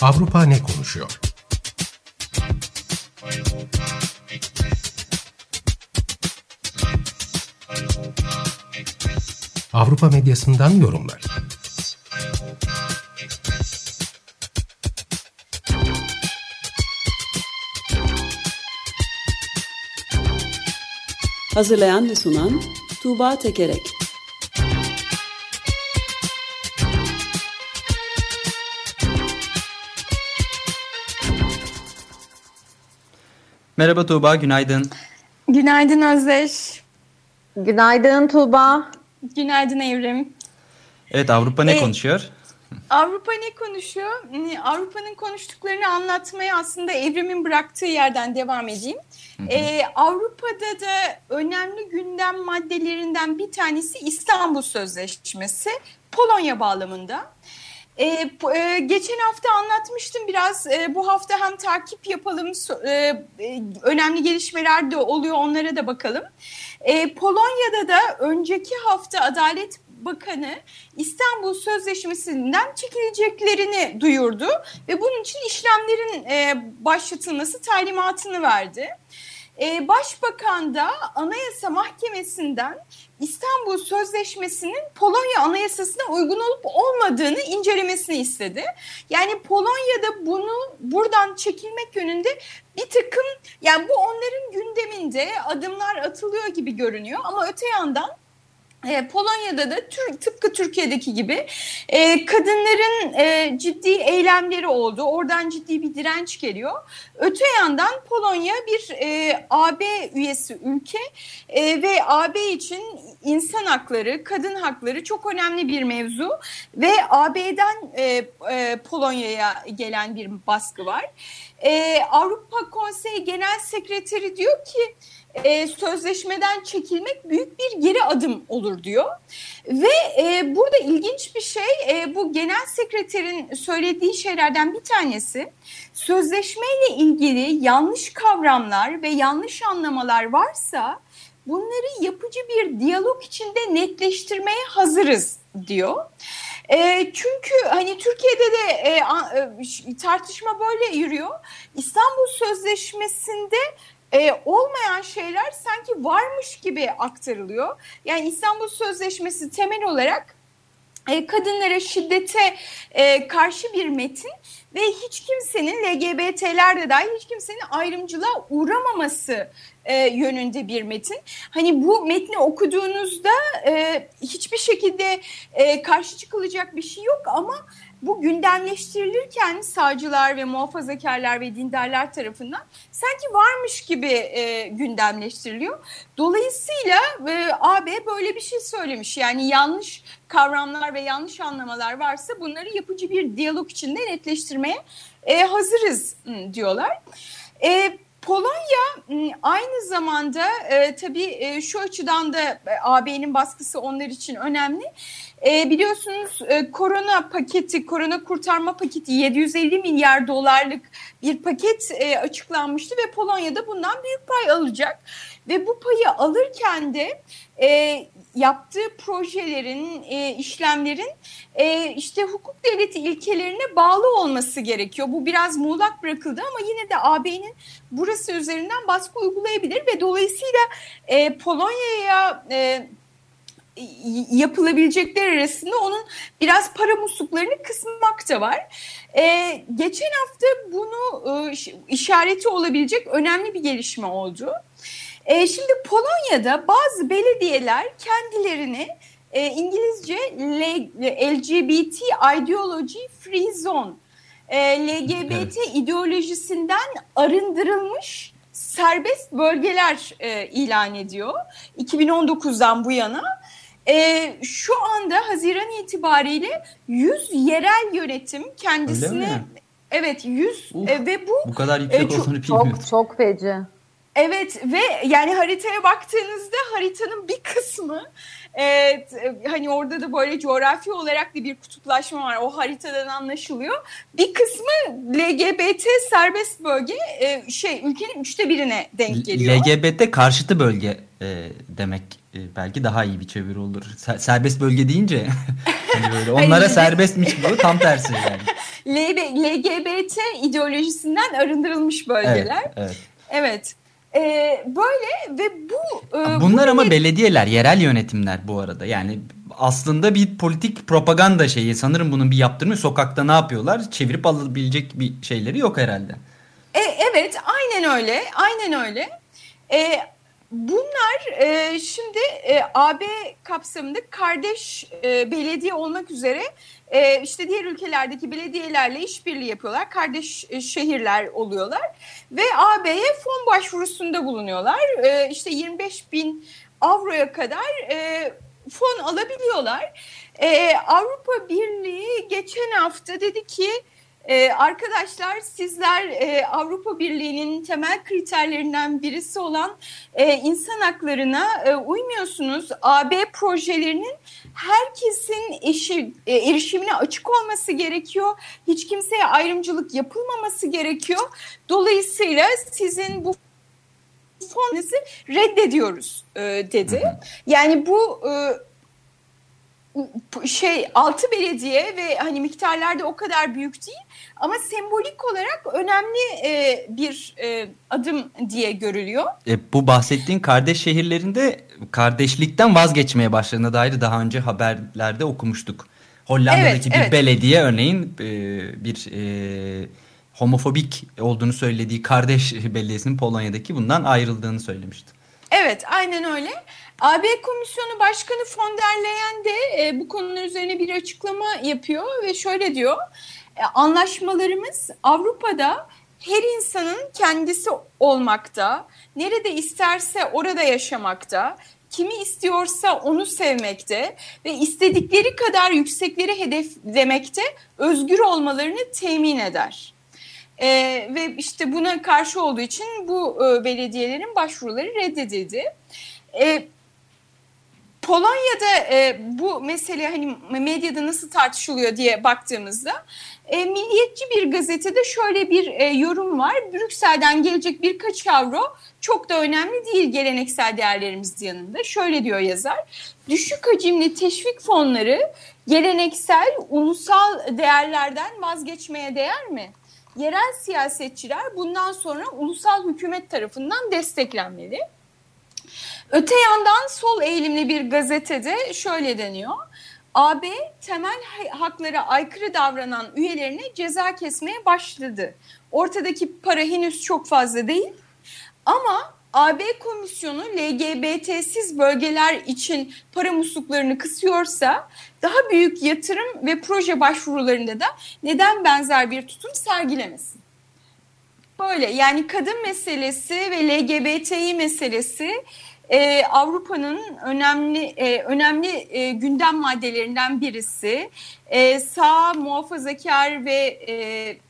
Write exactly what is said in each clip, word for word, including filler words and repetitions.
Avrupa ne konuşuyor? Avrupa medyasından yorumlar. Hazırlayan ve sunan Tuğba Tekerek. Merhaba Tuğba, günaydın. Günaydın Özdeş. Günaydın Tuğba. Günaydın Evrim. Evet, Avrupa ne ee, konuşuyor? Avrupa ne konuşuyor? Avrupa'nın konuştuklarını anlatmaya aslında Evrim'in bıraktığı yerden devam edeyim. Ee, Avrupa'da da önemli gündem maddelerinden bir tanesi İstanbul Sözleşmesi, Polonya bağlamında. Ee, e, geçen hafta anlatmıştım biraz, e, bu hafta hem takip yapalım, e, e, önemli gelişmeler de oluyor, onlara da bakalım. E, Polonya'da da önceki hafta Adalet Bakanı İstanbul Sözleşmesi'nden çekileceklerini duyurdu ve bunun için işlemlerin e, başlatılması talimatını verdi. E, Başbakan da Anayasa Mahkemesi'nden İstanbul Sözleşmesi'nin Polonya Anayasası'na uygun olup olmadığını incelemesini istedi. Yani Polonya'da bunu buradan çekilmek yönünde bir takım, yani bu onların gündeminde adımlar atılıyor gibi görünüyor ama öte yandan E, Polonya'da da tür, tıpkı Türkiye'deki gibi e, kadınların e, ciddi eylemleri oldu. Oradan ciddi bir direnç geliyor. Öte yandan Polonya bir e, A B üyesi ülke e, ve A B için insan hakları, kadın hakları çok önemli bir mevzu. Ve A B'den e, e, Polonya'ya gelen bir baskı var. E, Avrupa Konseyi Genel Sekreteri diyor ki E, sözleşmeden çekilmek büyük bir geri adım olur diyor. Ve e, burada ilginç bir şey, e, bu genel sekreterin söylediği şeylerden bir tanesi, sözleşmeyle ilgili yanlış kavramlar ve yanlış anlamalar varsa bunları yapıcı bir diyalog içinde netleştirmeye hazırız diyor. E, çünkü hani Türkiye'de de e, e, tartışma böyle yürüyor. İstanbul Sözleşmesi'nde Ee, olmayan şeyler sanki varmış gibi aktarılıyor. Yani İstanbul Sözleşmesi temel olarak e, kadınlara şiddete e, karşı bir metin ve hiç kimsenin, L G B T'ler de dahil hiç kimsenin ayrımcılığa uğramaması e, yönünde bir metin. Hani bu metni okuduğunuzda e, hiçbir şekilde e, karşı çıkılacak bir şey yok ama bu gündemleştirilirken sağcılar ve muhafazakarlar ve dindarlar tarafından sanki varmış gibi e, gündemleştiriliyor. Dolayısıyla e, A B böyle bir şey söylemiş. Yani yanlış kavramlar ve yanlış anlamalar varsa bunları yapıcı bir diyalog içinde netleştirmeye e, hazırız diyorlar. E, Polonya aynı zamanda e, tabii e, şu açıdan da e, A B'nin baskısı onlar için önemli. E, biliyorsunuz e, korona paketi, korona kurtarma paketi yedi yüz elli milyar dolarlık bir paket e, açıklanmıştı ve Polonya'da bundan büyük pay alacak. Ve bu payı alırken de e, yaptığı projelerin, e, işlemlerin e, işte hukuk devleti ilkelerine bağlı olması gerekiyor. Bu biraz muğlak bırakıldı ama yine de A B'nin burası üzerinden baskı uygulayabilir ve dolayısıyla e, Polonya'ya e, yapılabilecekler arasında onun biraz para musluklarını kısmak da var. Ee, geçen hafta bunu e, işareti olabilecek önemli bir gelişme oldu. Ee, şimdi Polonya'da bazı belediyeler kendilerini e, İngilizce L G B T Ideology Free Zone, e, L G B T evet. ideolojisinden arındırılmış serbest bölgeler e, ilan ediyor iki bin on dokuzdan bu yana. Ee, şu anda Haziran itibariyle yüz yerel yönetim kendisine, evet yüz e, ve bu bu kadar yüksek e, çok, olduğunu bilmiyordum. Çok çok feci. Evet ve yani haritaya baktığınızda haritanın bir kısmı e, hani orada da böyle coğrafi olarak da bir kutuplaşma var, o haritadan anlaşılıyor. Bir kısmı L G B T serbest bölge, e, şey ülkenin üçte birine denk geliyor. L G B T karşıtı bölge e, demek e, belki daha iyi bir çeviri olur. Ser, serbest bölge deyince hani böyle onlara serbestmiş gibi, tam tersi yani. L G B T ideolojisinden arındırılmış bölgeler. Evet. evet. Evet. Ee, böyle ve bu... E, Bunlar bu ama belediye... belediyeler, yerel yönetimler bu arada. Yani aslında bir politik propaganda şeyi. Sanırım bunun bir yaptırımı. Sokakta ne yapıyorlar? Çevirip alabilecek bir şeyleri yok herhalde. E, evet, aynen öyle. Aynen öyle. E, bunlar e, şimdi e, A B kapsamında kardeş e, belediye olmak üzere e, işte diğer ülkelerdeki belediyelerle işbirliği yapıyorlar. Kardeş e, şehirler oluyorlar ve A B'ye fon başvurusunda bulunuyorlar. E, işte yirmi beş bin avroya kadar e, fon alabiliyorlar. E, Avrupa Birliği geçen hafta dedi ki Ee, arkadaşlar sizler e, Avrupa Birliği'nin temel kriterlerinden birisi olan e, insan haklarına e, uymuyorsunuz. A B projelerinin herkesin eşi, e, erişimine açık olması gerekiyor. Hiç kimseye ayrımcılık yapılmaması gerekiyor. Dolayısıyla sizin bu fonunuzu reddediyoruz e, dedi. Yani bu... E, şey altı belediye ve hani miktarlarda o kadar büyük değil ama sembolik olarak önemli e, bir e, adım diye görülüyor. E, bu bahsettiğin kardeş şehirlerinde kardeşlikten vazgeçmeye başladığına dair daha önce haberlerde okumuştuk. Hollanda'daki evet, bir evet. belediye örneğin e, bir e, homofobik olduğunu söylediği kardeş belediyesinin Polonya'daki bundan ayrıldığını söylemişti. Evet, aynen öyle. A B Komisyonu Başkanı von der Leyen de e, bu konular üzerine bir açıklama yapıyor ve şöyle diyor. E, anlaşmalarımız Avrupa'da her insanın kendisi olmakta, nerede isterse orada yaşamakta, kimi istiyorsa onu sevmekte ve istedikleri kadar yüksekleri hedeflemekte özgür olmalarını temin eder. Ee, ve işte buna karşı olduğu için bu e, belediyelerin başvuruları reddedildi. E, Polonya'da e, bu mesele hani medyada nasıl tartışılıyor diye baktığımızda e, milliyetçi bir gazetede şöyle bir e, yorum var. Brüksel'den gelecek birkaç avro çok da önemli değil geleneksel değerlerimiz yanında. Şöyle diyor yazar. Düşük hacimli teşvik fonları geleneksel ulusal değerlerden vazgeçmeye değer mi? Yerel siyasetçiler bundan sonra ulusal hükümet tarafından desteklenmeli. Öte yandan sol eğilimli bir gazetede şöyle deniyor. A B temel haklara aykırı davranan üyelerine ceza kesmeye başladı. Ortadaki para henüz çok fazla değil ama A B Komisyonu L G B T'siz bölgeler için para musluklarını kısıyorsa daha büyük yatırım ve proje başvurularında da neden benzer bir tutum sergilemesin? Böyle yani kadın meselesi ve L G B T İ meselesi e, Avrupa'nın önemli e, önemli e, gündem maddelerinden birisi. E, sağ muhafazakar ve e,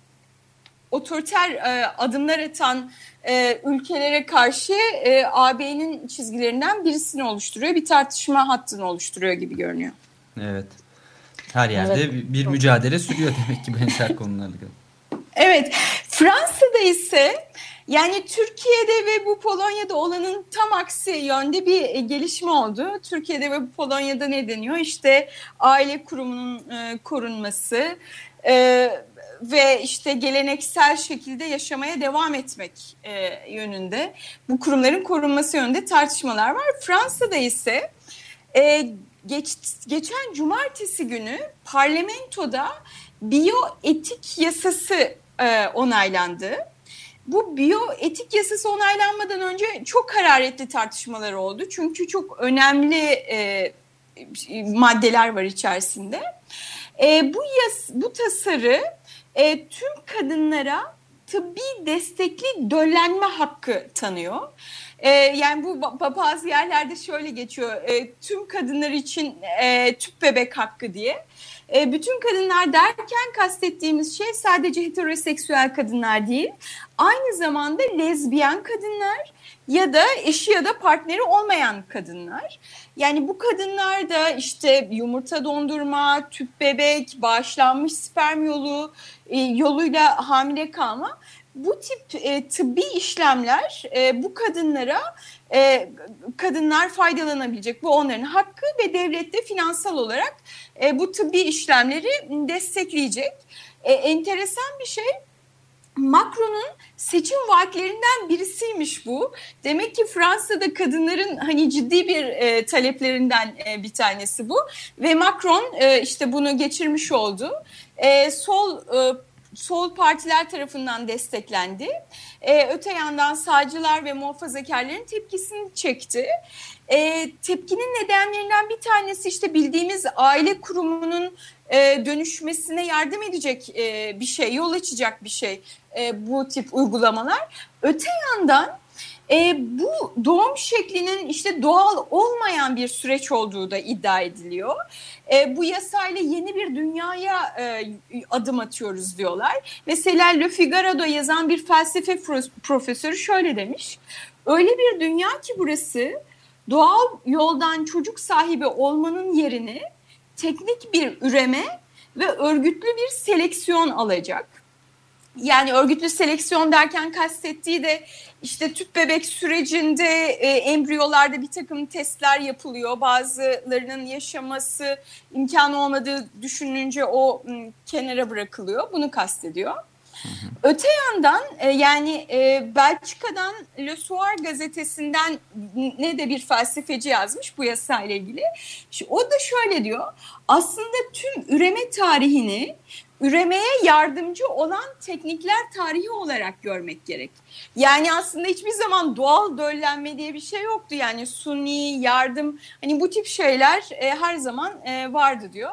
otoriter e, adımlar atan e, ülkelere karşı e, A B'nin çizgilerinden birisini oluşturuyor. Bir tartışma hattını oluşturuyor gibi görünüyor. Evet. Her yerde evet. bir, bir mücadele sürüyor demek ki benzer konularla. Evet. Fransa'da ise yani Türkiye'de ve bu Polonya'da olanın tam aksi yönde bir gelişme oldu. Türkiye'de ve bu Polonya'da ne deniyor? İşte aile kurumunun e, korunması e, ve işte geleneksel şekilde yaşamaya devam etmek e, yönünde. Bu kurumların korunması yönünde tartışmalar var. Fransa'da ise e, geç, geçen cumartesi günü parlamentoda biyoetik yasası e, onaylandı. Bu biyoetik yasası onaylanmadan önce çok hararetli tartışmalar oldu. Çünkü çok önemli e, maddeler var içerisinde. E, bu yas, bu tasarı e, tüm kadınlara tıbbi destekli döllenme hakkı tanıyor. E, yani bu bazı yerlerde şöyle geçiyor. E, tüm kadınlar için e, tüp bebek hakkı diye. E, bütün kadınlar derken kastettiğimiz şey sadece heteroseksüel kadınlar değil. Aynı zamanda lezbiyen kadınlar ya da eşi ya da partneri olmayan kadınlar. Yani bu kadınlar da işte yumurta dondurma, tüp bebek, bağışlanmış sperm yolu e, yoluyla hamile kalma. Bu tip e, tıbbi işlemler e, bu kadınlara e, kadınlar faydalanabilecek. Bu onların hakkı ve devlet de finansal olarak e, bu tıbbi işlemleri destekleyecek. E, enteresan bir şey. Macron'un seçim vaatlerinden birisiymiş bu. Demek ki Fransa'da kadınların hani ciddi bir e, taleplerinden e, bir tanesi bu. Ve Macron e, işte bunu geçirmiş oldu. E, sol e, sol partiler tarafından desteklendi. E, öte yandan sağcılar ve muhafazakarların tepkisini çekti. E, tepkinin nedenlerinden bir tanesi işte bildiğimiz aile kurumunun e, dönüşmesine yardım edecek e, bir şey, yol açacak bir şey e, bu tip uygulamalar. Öte yandan e, bu doğum şeklinin işte doğal olmayan bir süreç olduğu da iddia ediliyor. E, bu yasayla yeni bir dünyaya e, adım atıyoruz diyorlar. Mesela Le Figaro'da yazan bir felsefe profesörü şöyle demiş: öyle bir dünya ki burası doğal yoldan çocuk sahibi olmanın yerini teknik bir üreme ve örgütlü bir seleksiyon alacak. Yani örgütlü seleksiyon derken kastettiği de işte tüp bebek sürecinde e, embriyolarda bir takım testler yapılıyor. Bazılarının yaşaması imkanı olmadığı düşünülünce o m, kenara bırakılıyor. Bunu kastediyor. Hı hı. Öte yandan e, yani e, Belçika'dan Le Soir gazetesinden ne de bir felsefeci yazmış bu yasayla ilgili. Şimdi, o da şöyle diyor: aslında tüm üreme tarihini üremeye yardımcı olan teknikler tarihi olarak görmek gerek. Yani aslında hiçbir zaman doğal döllenme diye bir şey yoktu. Yani suni yardım, hani bu tip şeyler e, her zaman e, vardı diyor.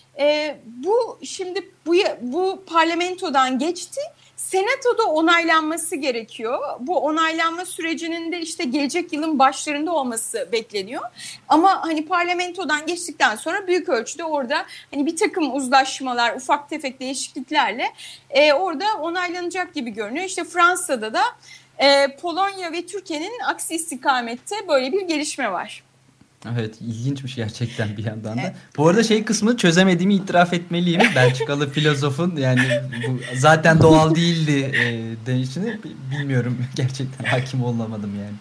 E, bu şimdi bu, bu parlamentodan geçti. Senatoda onaylanması gerekiyor. Bu onaylanma sürecinin de işte gelecek yılın başlarında olması bekleniyor. Ama hani parlamentodan geçtikten sonra büyük ölçüde orada hani bir takım uzlaşmalar, ufak tefek değişikliklerle e, orada onaylanacak gibi görünüyor. İşte Fransa'da da e, Polonya ve Türkiye'nin aksi istikamette böyle bir gelişme var. Evet, ilginçmiş gerçekten bir yandan da. Bu arada şey kısmını çözemediğimi itiraf etmeliyim. Belçikalı filozofun yani bu zaten doğal değildi e, denişini bilmiyorum. Gerçekten hakim olamadım yani.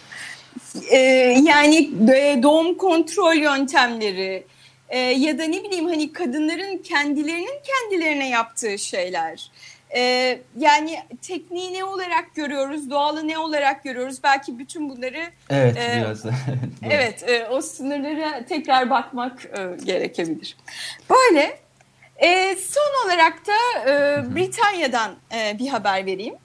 Ee, yani doğum kontrol yöntemleri e, ya da ne bileyim hani kadınların kendilerinin kendilerine yaptığı şeyler. Ee, yani tekniği ne olarak görüyoruz, doğalı ne olarak görüyoruz? Belki bütün bunları... Evet, e, biraz da. evet, e, o sınırlara tekrar bakmak e, gerekebilir. Böyle. E, son olarak da e, Britanya'dan e, bir haber vereyim.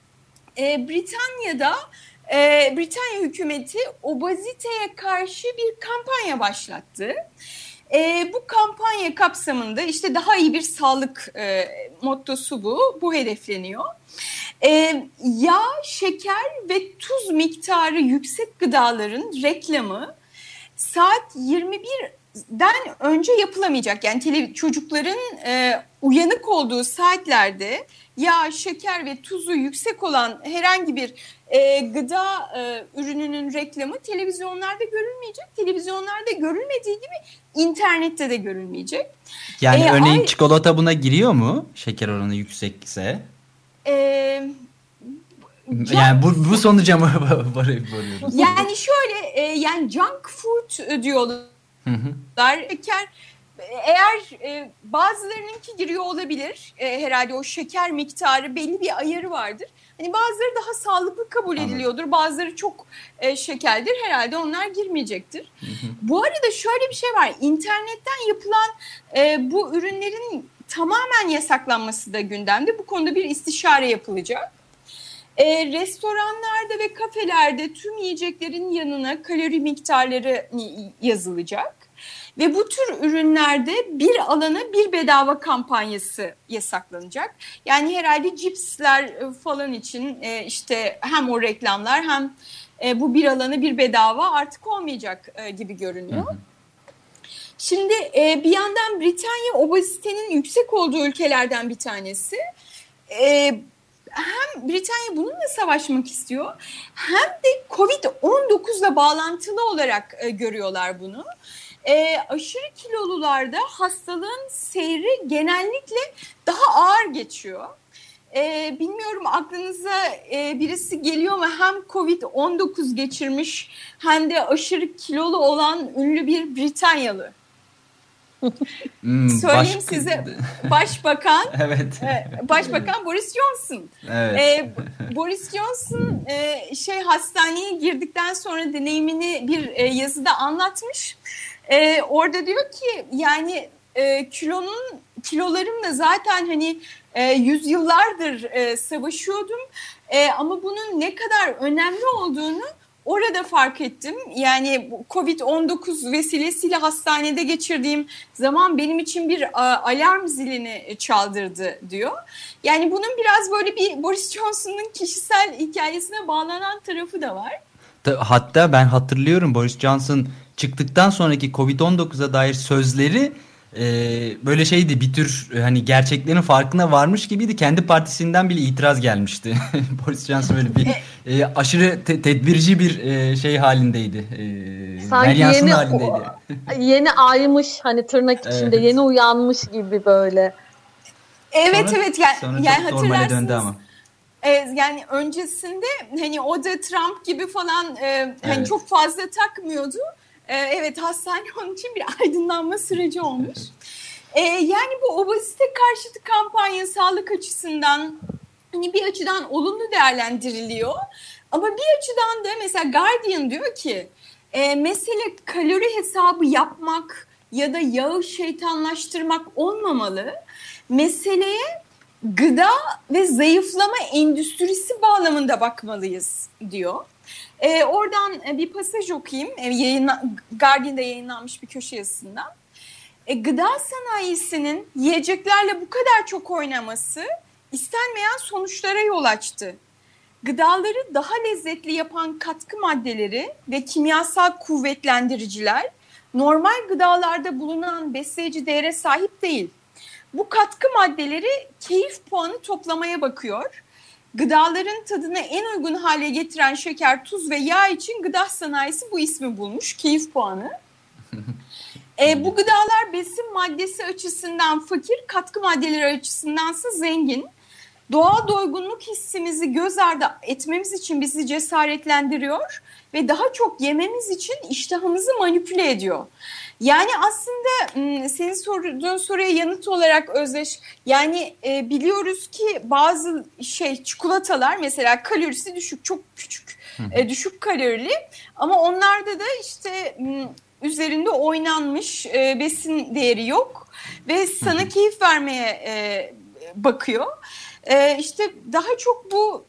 E, Britanya'da e, Britanya hükümeti obeziteye karşı bir kampanya başlattı. E, bu kampanya kapsamında işte daha iyi bir sağlık e, mottosu bu. Bu hedefleniyor. E, yağ, şeker ve tuz miktarı yüksek gıdaların reklamı saat yirmi birden önce yapılamayacak. Yani tele, çocukların e, uyanık olduğu saatlerde yağ, şeker ve tuzu yüksek olan herhangi bir e, gıda e, ürününün reklamı televizyonlarda görülmeyecek. Televizyonlarda görülmediği gibi internette de görülmeyecek. Yani ee, örneğin ay, çikolata buna giriyor mu? Şeker oranı yüksekse. E, yani bu, bu sonuca mı varıyoruz? Yani şöyle e, yani junk food diyorlar. Hı hı. Şeker, eğer e, bazılarınınki giriyor olabilir. E, herhalde o şeker miktarı belli bir ayarı vardır. Hani bazıları daha sağlıklı kabul ediliyordur. Anladım. Bazıları çok e, şekerdir. Herhalde onlar girmeyecektir. Hı hı. Bu arada şöyle bir şey var. İnternetten yapılan e, bu ürünlerin tamamen yasaklanması da gündemde. Bu konuda bir istişare yapılacak. E, restoranlarda ve kafelerde tüm yiyeceklerin yanına kalori miktarları yazılacak. Ve bu tür ürünlerde bir alana bir bedava kampanyası yasaklanacak. Yani herhalde cipsler falan için işte hem o reklamlar hem bu bir alana bir bedava artık olmayacak gibi görünüyor. Hı hı. Şimdi bir yandan Britanya obezitenin yüksek olduğu ülkelerden bir tanesi. Hem Britanya bununla savaşmak istiyor hem de kovid on dokuzla bağlantılı olarak görüyorlar bunu. E, aşırı kilolularda hastalığın seyri genellikle daha ağır geçiyor. E, bilmiyorum aklınıza e, birisi geliyor mu? Hem kovid on dokuz geçirmiş hem de aşırı kilolu olan ünlü bir Britanyalı. Hmm, Söyleyeyim başka... size, Başbakan evet. Başbakan Boris Johnson. Evet. Ee, Boris Johnson e, şey hastaneye girdikten sonra deneyimini bir e, yazıda anlatmış. E, orada diyor ki yani e, kilonun kilolarımla zaten hani e, yüzyıllardır e, savaşıyordum. E, ama bunun ne kadar önemli olduğunu orada fark ettim. Yani kovid on dokuz vesilesiyle hastanede geçirdiğim zaman benim için bir a, alarm zilini çaldırdı diyor. Yani bunun biraz böyle bir Boris Johnson'ın kişisel hikayesine bağlanan tarafı da var. Hatta ben hatırlıyorum Boris Johnson çıktıktan sonraki kovid on dokuza dair sözleri e, böyle şeydi, bir tür hani gerçeklerin farkına varmış gibiydi. Kendi partisinden bile itiraz gelmişti. Boris Johnson böyle bir e, aşırı te- tedbirci bir e, şey halindeydi. E, Sanki yeni, halindeydi. yeni aymış hani tırnak içinde, evet. Yeni uyanmış gibi böyle. Evet sonra, evet yani, sonra yani çok normale döndü ama. Yani öncesinde hani o da Trump gibi falan e, hani evet. çok fazla takmıyordu. E, evet hastane onun için bir aydınlanma süreci olmuş. E, yani bu obezite karşıtı kampanya sağlık açısından hani bir açıdan olumlu değerlendiriliyor. Ama bir açıdan da mesela Guardian diyor ki e, mesele kalori hesabı yapmak ya da yağı şeytanlaştırmak olmamalı. Meseleye gıda ve zayıflama endüstrisi bağlamında bakmalıyız diyor. Ee, oradan bir pasaj okuyayım. Ee, yayınla, Guardian'da yayınlanmış bir köşe yazısından. Ee, gıda sanayisinin yiyeceklerle bu kadar çok oynaması istenmeyen sonuçlara yol açtı. Gıdaları daha lezzetli yapan katkı maddeleri ve kimyasal kuvvetlendiriciler normal gıdalarda bulunan besleyici değere sahip değil. Bu katkı maddeleri keyif puanı toplamaya bakıyor. Gıdaların tadını en uygun hale getiren şeker, tuz ve yağ için gıda sanayisi bu ismi bulmuş. Keyif puanı. e, bu gıdalar besin maddesi açısından fakir, katkı maddeleri açısındansa zengin. Doğal doygunluk hissimizi göz ardı etmemiz için bizi cesaretlendiriyor ve daha çok yememiz için iştahımızı manipüle ediyor. Yani aslında senin sorduğun soruya yanıt olarak Özdeş, yani e, biliyoruz ki bazı şey çikolatalar mesela kalorisi düşük, çok küçük, e, düşük kalorili ama onlarda da işte m, üzerinde oynanmış e, besin değeri yok ve sana keyif vermeye e, bakıyor. E, işte daha çok bu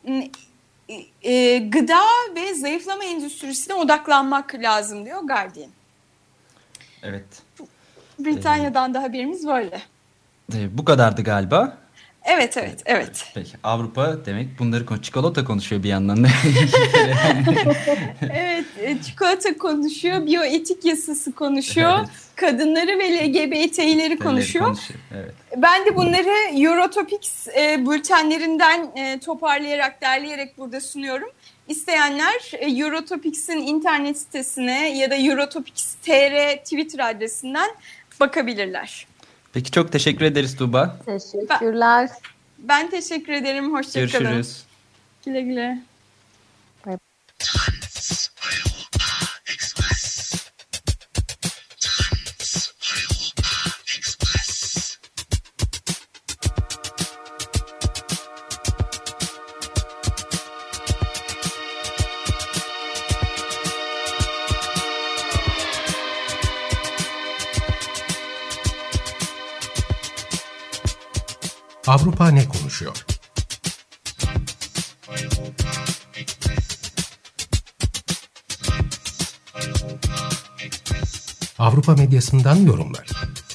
e, gıda ve zayıflama endüstrisine odaklanmak lazım diyor Guardian. Evet. Britanya'dan ee, da haberimiz böyle. E, bu kadardı galiba. Evet, evet, evet. Peki Avrupa demek bunları konu çikolata konuşuyor bir yandan da. Evet, çikolata konuşuyor, biyoetik yasası konuşuyor, evet. Kadınları ve L G B T'leri konuşuyor. konuşuyor. Evet. Ben de bunları Eurotopics e, bültenlerinden e, toparlayarak, derleyerek burada sunuyorum. İsteyenler Eurotopics'in internet sitesine ya da Eurotopics nokta t r Twitter adresinden bakabilirler. Peki çok teşekkür ederiz Tuğba. Teşekkürler. Ben, ben teşekkür ederim. Hoşça kalın. Görüşürüz. Güle güle. Bye. Avrupa ne konuşuyor? Avrupa medyasından yorumlar.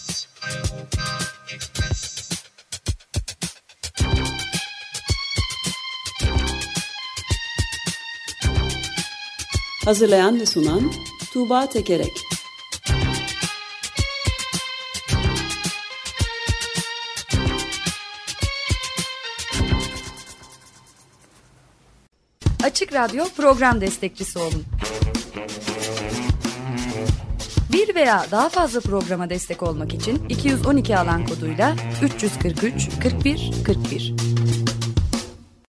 Hazırlayan ve sunan Tuğba Tekerek. Açık Radyo program destekçisi olun. Bir veya daha fazla programa destek olmak için iki yüz on iki alan koduyla üç yüz kırk üç kırk bir kırk bir.